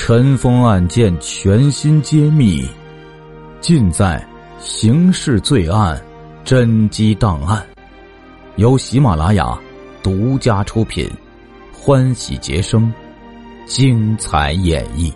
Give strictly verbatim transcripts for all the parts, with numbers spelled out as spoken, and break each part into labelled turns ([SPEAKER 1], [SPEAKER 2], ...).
[SPEAKER 1] 尘封案件全新揭秘，尽在刑事罪案真机档案，由喜马拉雅独家出品，欢喜结声，精彩演绎。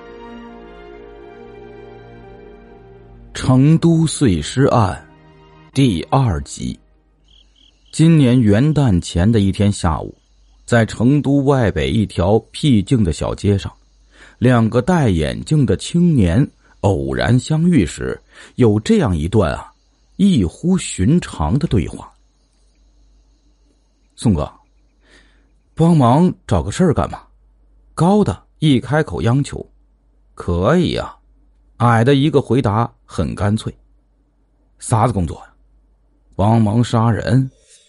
[SPEAKER 1] 成都碎尸案第二集。今年元旦前的一天下午，在成都外北一条僻静的小街上，两个戴眼镜的青年偶然相遇时，有这样一段啊异乎寻常的对话。宋哥，帮忙找个事儿干嘛？高的一开口央求。可以啊。矮的一个回答很干脆。啥子工作呀？帮忙杀人。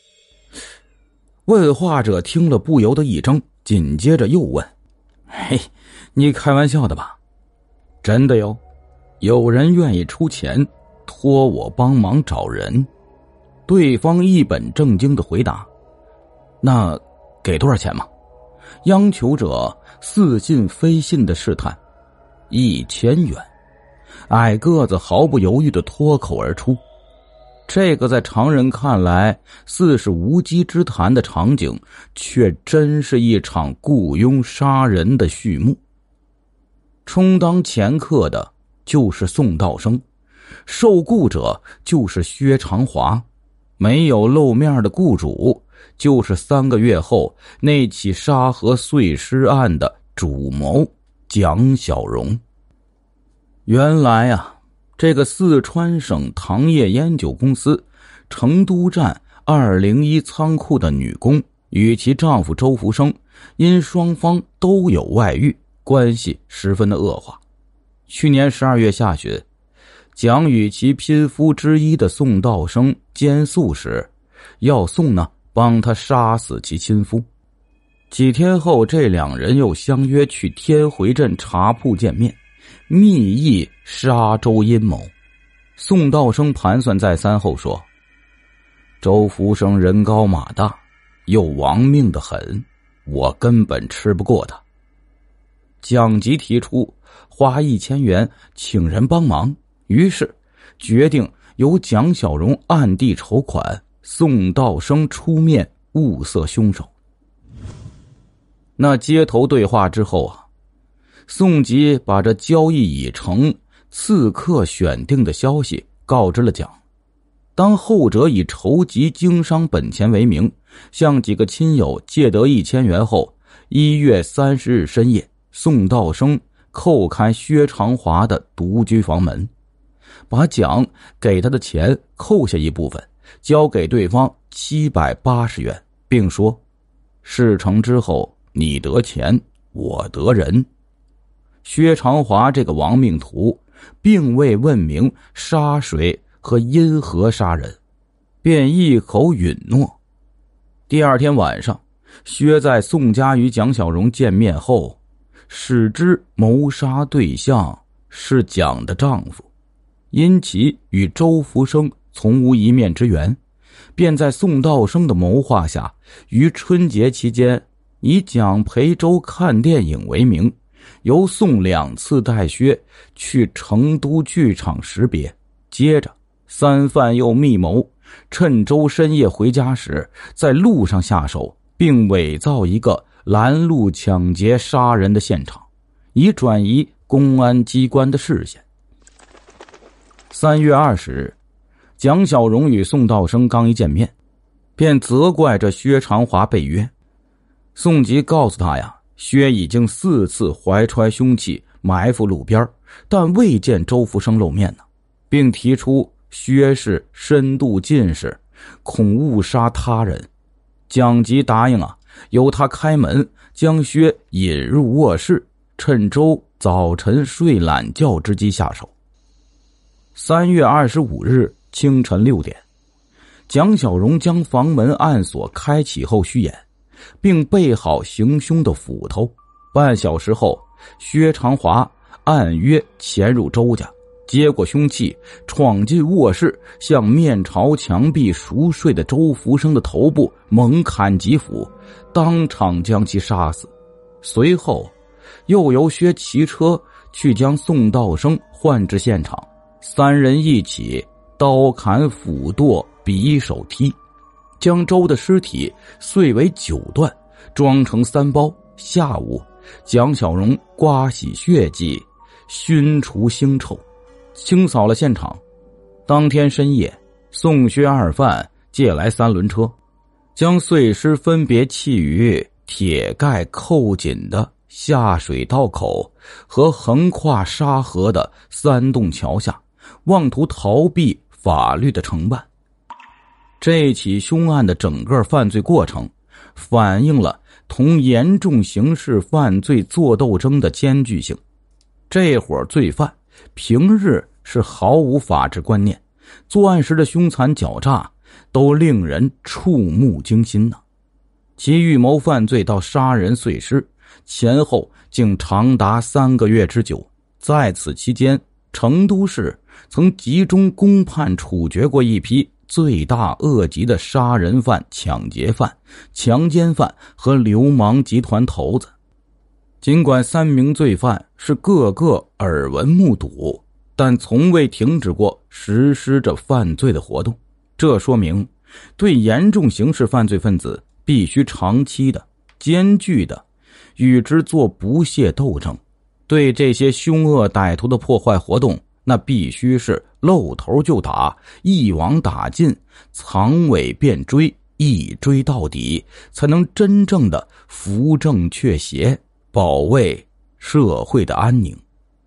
[SPEAKER 1] 问话者听了不由得一怔，紧接着又问：嘿，你开玩笑的吧？真的哟，有人愿意出钱托我帮忙找人。对方一本正经的回答。那给多少钱嘛？央求者似信非信的试探。一千元。矮个子毫不犹豫地脱口而出。这个在常人看来似是无稽之谈的场景，却真是一场雇佣杀人的序幕。充当前客的就是宋道生，受雇者就是薛长华，没有露面的雇主就是三个月后那起沙河碎尸案的主谋蒋小荣。原来啊，这个四川省糖业烟酒公司成都站二零一仓库的女工与其丈夫周福生，因双方都有外遇，关系十分的恶化。去年十二月下旬，蒋与其拼夫之一的宋道生奸宿时，要宋呢帮他杀死其亲夫。几天后，这两人又相约去天回镇茶铺见面，密议杀周阴谋。宋道生盘算再三后说：周福生人高马大，又亡命的很，我根本吃不过他。蒋吉提出花一千元请人帮忙，于是决定由蒋小荣暗地筹款，宋道生出面物色凶手。那街头对话之后啊，宋吉把这交易已成、刺客选定的消息告知了蒋。当后者以筹集经商本钱为名，向几个亲友借得一千元后，一月三十日深夜，宋道生叩开薛长华的独居房门，把蒋给他的钱扣下一部分，交给对方七百八十元，并说：事成之后，你得钱，我得人。薛长华这个亡命徒并未问明杀谁和因何杀人，便一口允诺。第二天晚上，薛在宋家与蒋小荣见面后，使知谋杀对象是蒋的丈夫，因其与周福生从无一面之缘，便在宋道生的谋划下，于春节期间以蒋陪周看电影为名，由宋两次带薛去成都剧场识别。接着三犯又密谋，趁周深夜回家时在路上下手，并伪造一个拦路抢劫杀人的现场，以转移公安机关的视线。三月二十日，蒋小荣与宋道生刚一见面，便责怪这薛长华被约。宋吉告诉他呀，薛已经四次怀揣凶器埋伏路边，但未见周福生露面呢，并提出薛是深度近视，恐误杀他人。蒋吉答应啊，由他开门将薛引入卧室，趁周早晨睡懒觉之机下手。三月二十五日清晨六点，蒋小荣将房门暗锁开启后虚掩，并备好行凶的斧头。半小时后，薛长华按约潜入周家，接过凶器，闯进卧室，向面朝墙壁熟睡的周福生的头部猛砍几斧，当场将其杀死。随后又由薛骑车去将宋道生换至现场，三人一起刀砍斧剁匕首踢，将周的尸体碎为九段，装成三包。下午，蒋小荣刮洗血迹，熏除腥臭，清扫了现场。当天深夜，宋薛二犯借来三轮车，将碎尸分别弃于铁盖扣紧的下水道口和横跨沙河的三洞桥下，妄图逃避法律的承办。这起凶案的整个犯罪过程反映了同严重刑事犯罪作斗争的艰巨性。这伙罪犯平日是毫无法治观念，作案时的凶残狡诈都令人触目惊心呐。其预谋犯罪到杀人碎尸前后竟长达三个月之久。在此期间，成都市曾集中公判处决过一批罪大恶极的杀人犯、抢劫犯、强奸犯和流氓集团头子。尽管三名罪犯是个个耳闻目睹，但从未停止过实施着犯罪的活动。这说明对严重刑事犯罪分子必须长期的、艰巨的与之做不懈斗争。对这些凶恶歹徒的破坏活动，那必须是露头就打，一网打尽，藏尾便追，一追到底，才能真正的扶正却邪，保卫社会的安宁。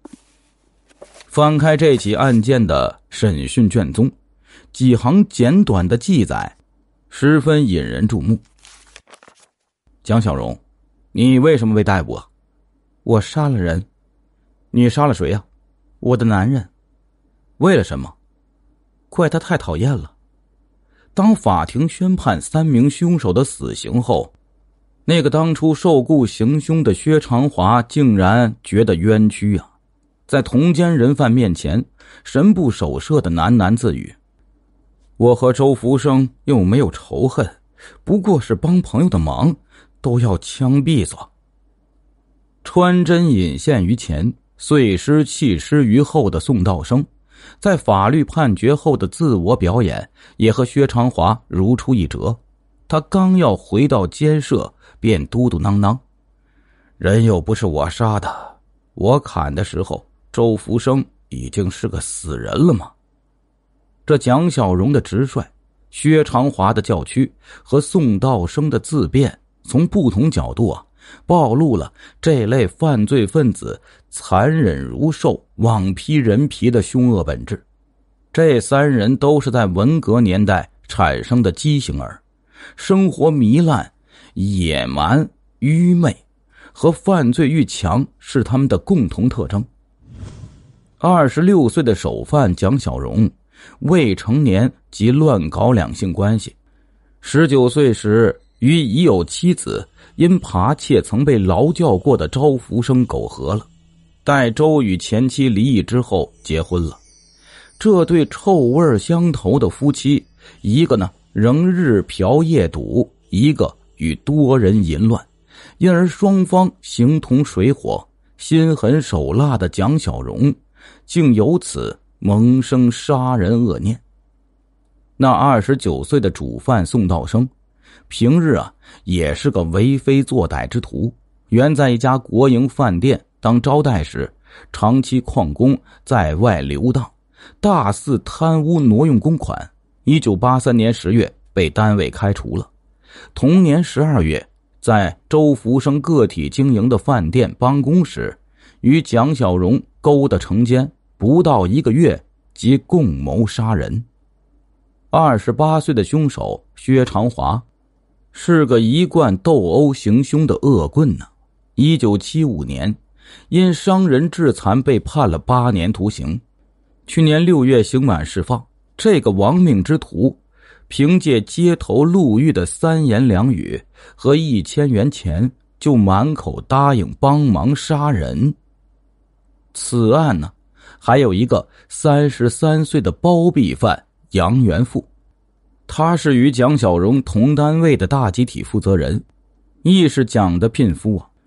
[SPEAKER 1] 翻开这起案件的审讯卷宗，几行简短的记载十分引人注目。蒋小荣，你为什么被逮捕啊？
[SPEAKER 2] 我杀了人。
[SPEAKER 1] 你杀了谁呀？
[SPEAKER 2] 我的男人。
[SPEAKER 1] 为了什么？
[SPEAKER 2] 怪他太讨厌了。
[SPEAKER 1] 当法庭宣判三名凶手的死刑后，那个当初受雇行凶的薛长华竟然觉得冤屈啊，在同监人犯面前神不守舍的喃喃自语：我和周福生又没有仇恨，不过是帮朋友的忙，都要枪毙了。穿针引线于前，碎尸弃尸于后的宋道生，在法律判决后的自我表演也和薛长华如出一辙。他刚要回到监舍，便嘟嘟囔囔：人又不是我杀的，我砍的时候周福生已经是个死人了吗？这蒋小荣的直率，薛长华的叫屈和宋道生的自辩，从不同角度啊暴露了这类犯罪分子残忍如兽、枉披人皮的凶恶本质。这三人都是在文革年代产生的畸形儿，生活糜烂、野蛮、愚昧和犯罪欲强是他们的共同特征。二十六岁的首犯蒋小荣，未成年即乱搞两性关系，十九岁时与已有妻子因扒窃曾被劳教过的周福生苟合了，待周与前妻离异之后结婚了。这对臭味相投的夫妻，一个呢仍日嫖夜赌，一个与多人淫乱，因而双方形同水火。心狠手辣的蒋小荣竟由此萌生杀人恶念。那二十九岁的主犯宋道生，平日啊也是个为非作歹之徒，原在一家国营饭店当招待时，长期旷工，在外流荡，大肆贪污挪用公款。一九八三年十月被单位开除了。同年十二月，在周福生个体经营的饭店帮工时，与蒋小荣勾搭成奸，不到一个月即共谋杀人。二十八岁的凶手薛长华是个一贯斗殴行凶的恶棍呢。一九七五年因伤人致残被判了八年徒刑，去年六月刑满释放。这个亡命之徒凭借街头路遇的三言两语和一千元钱，就满口答应帮忙杀人。此案呢，还有一个三十三岁的包庇犯杨元富，他是与蒋小荣同单位的大集体负责人，亦是蒋的聘夫啊。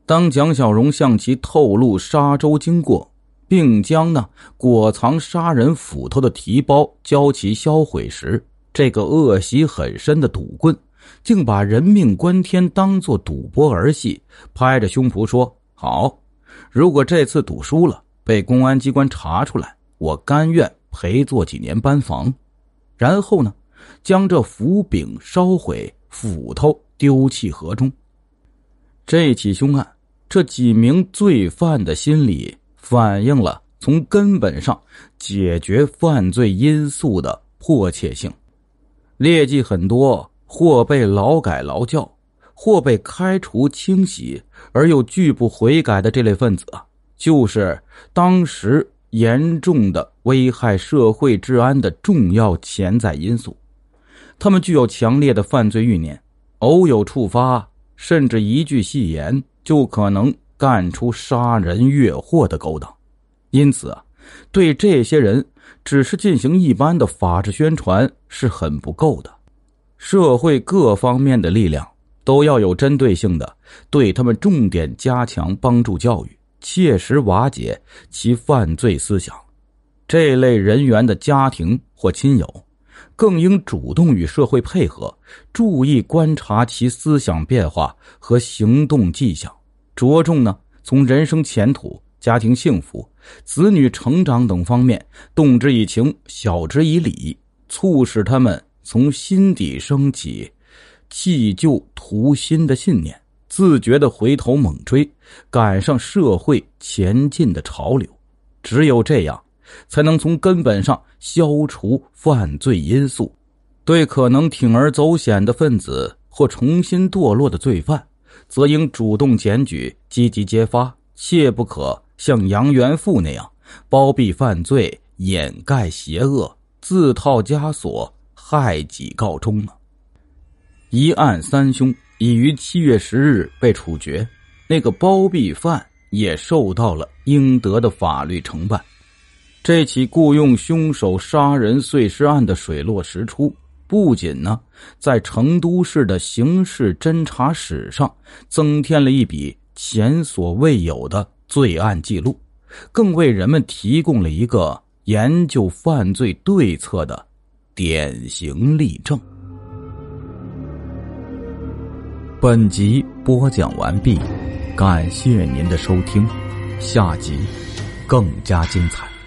[SPEAKER 1] 当蒋小荣向其透露沙洲经过，并将呢裹藏杀人斧头的提包交其销毁时，这个恶习很深的赌棍竟把人命关天当作赌博儿戏，拍着胸脯说：好，如果这次赌输了被公安机关查出来，我甘愿赔做几年班房。然后呢将这斧柄烧毁，斧头丢弃河中。这起凶案，这几名罪犯的心理反映了从根本上解决犯罪因素的迫切性。劣迹很多，或被劳改劳教，或被开除清洗而又拒不悔改的这类分子啊，就是当时严重的危害社会治安的重要潜在因素。他们具有强烈的犯罪欲念，偶有触发，甚至一句戏言就可能干出杀人越货的勾当。因此啊，对这些人只是进行一般的法制宣传是很不够的。社会各方面的力量都要有针对性的对他们重点加强帮助教育，切实瓦解其犯罪思想。这类人员的家庭或亲友更应主动与社会配合，注意观察其思想变化和行动迹象，着重呢从人生前途、家庭幸福、子女成长等方面动之以情，晓之以理，促使他们从心底升起弃旧图新的信念，自觉地回头猛追，赶上社会前进的潮流。只有这样，才能从根本上消除犯罪因素。对可能铤而走险的分子或重新堕落的罪犯，则应主动检举，积极揭发，切不可像杨元富那样包庇犯罪，掩盖邪恶，自套枷锁，害己告终了。一案三凶已于七月十日被处决，那个包庇犯也受到了应得的法律承办。这起雇用凶手杀人碎尸案的水落石出，不仅呢在成都市的刑事侦查史上增添了一笔前所未有的罪案记录，更为人们提供了一个研究犯罪对策的典型例证。本集播讲完毕，感谢您的收听，下集更加精彩。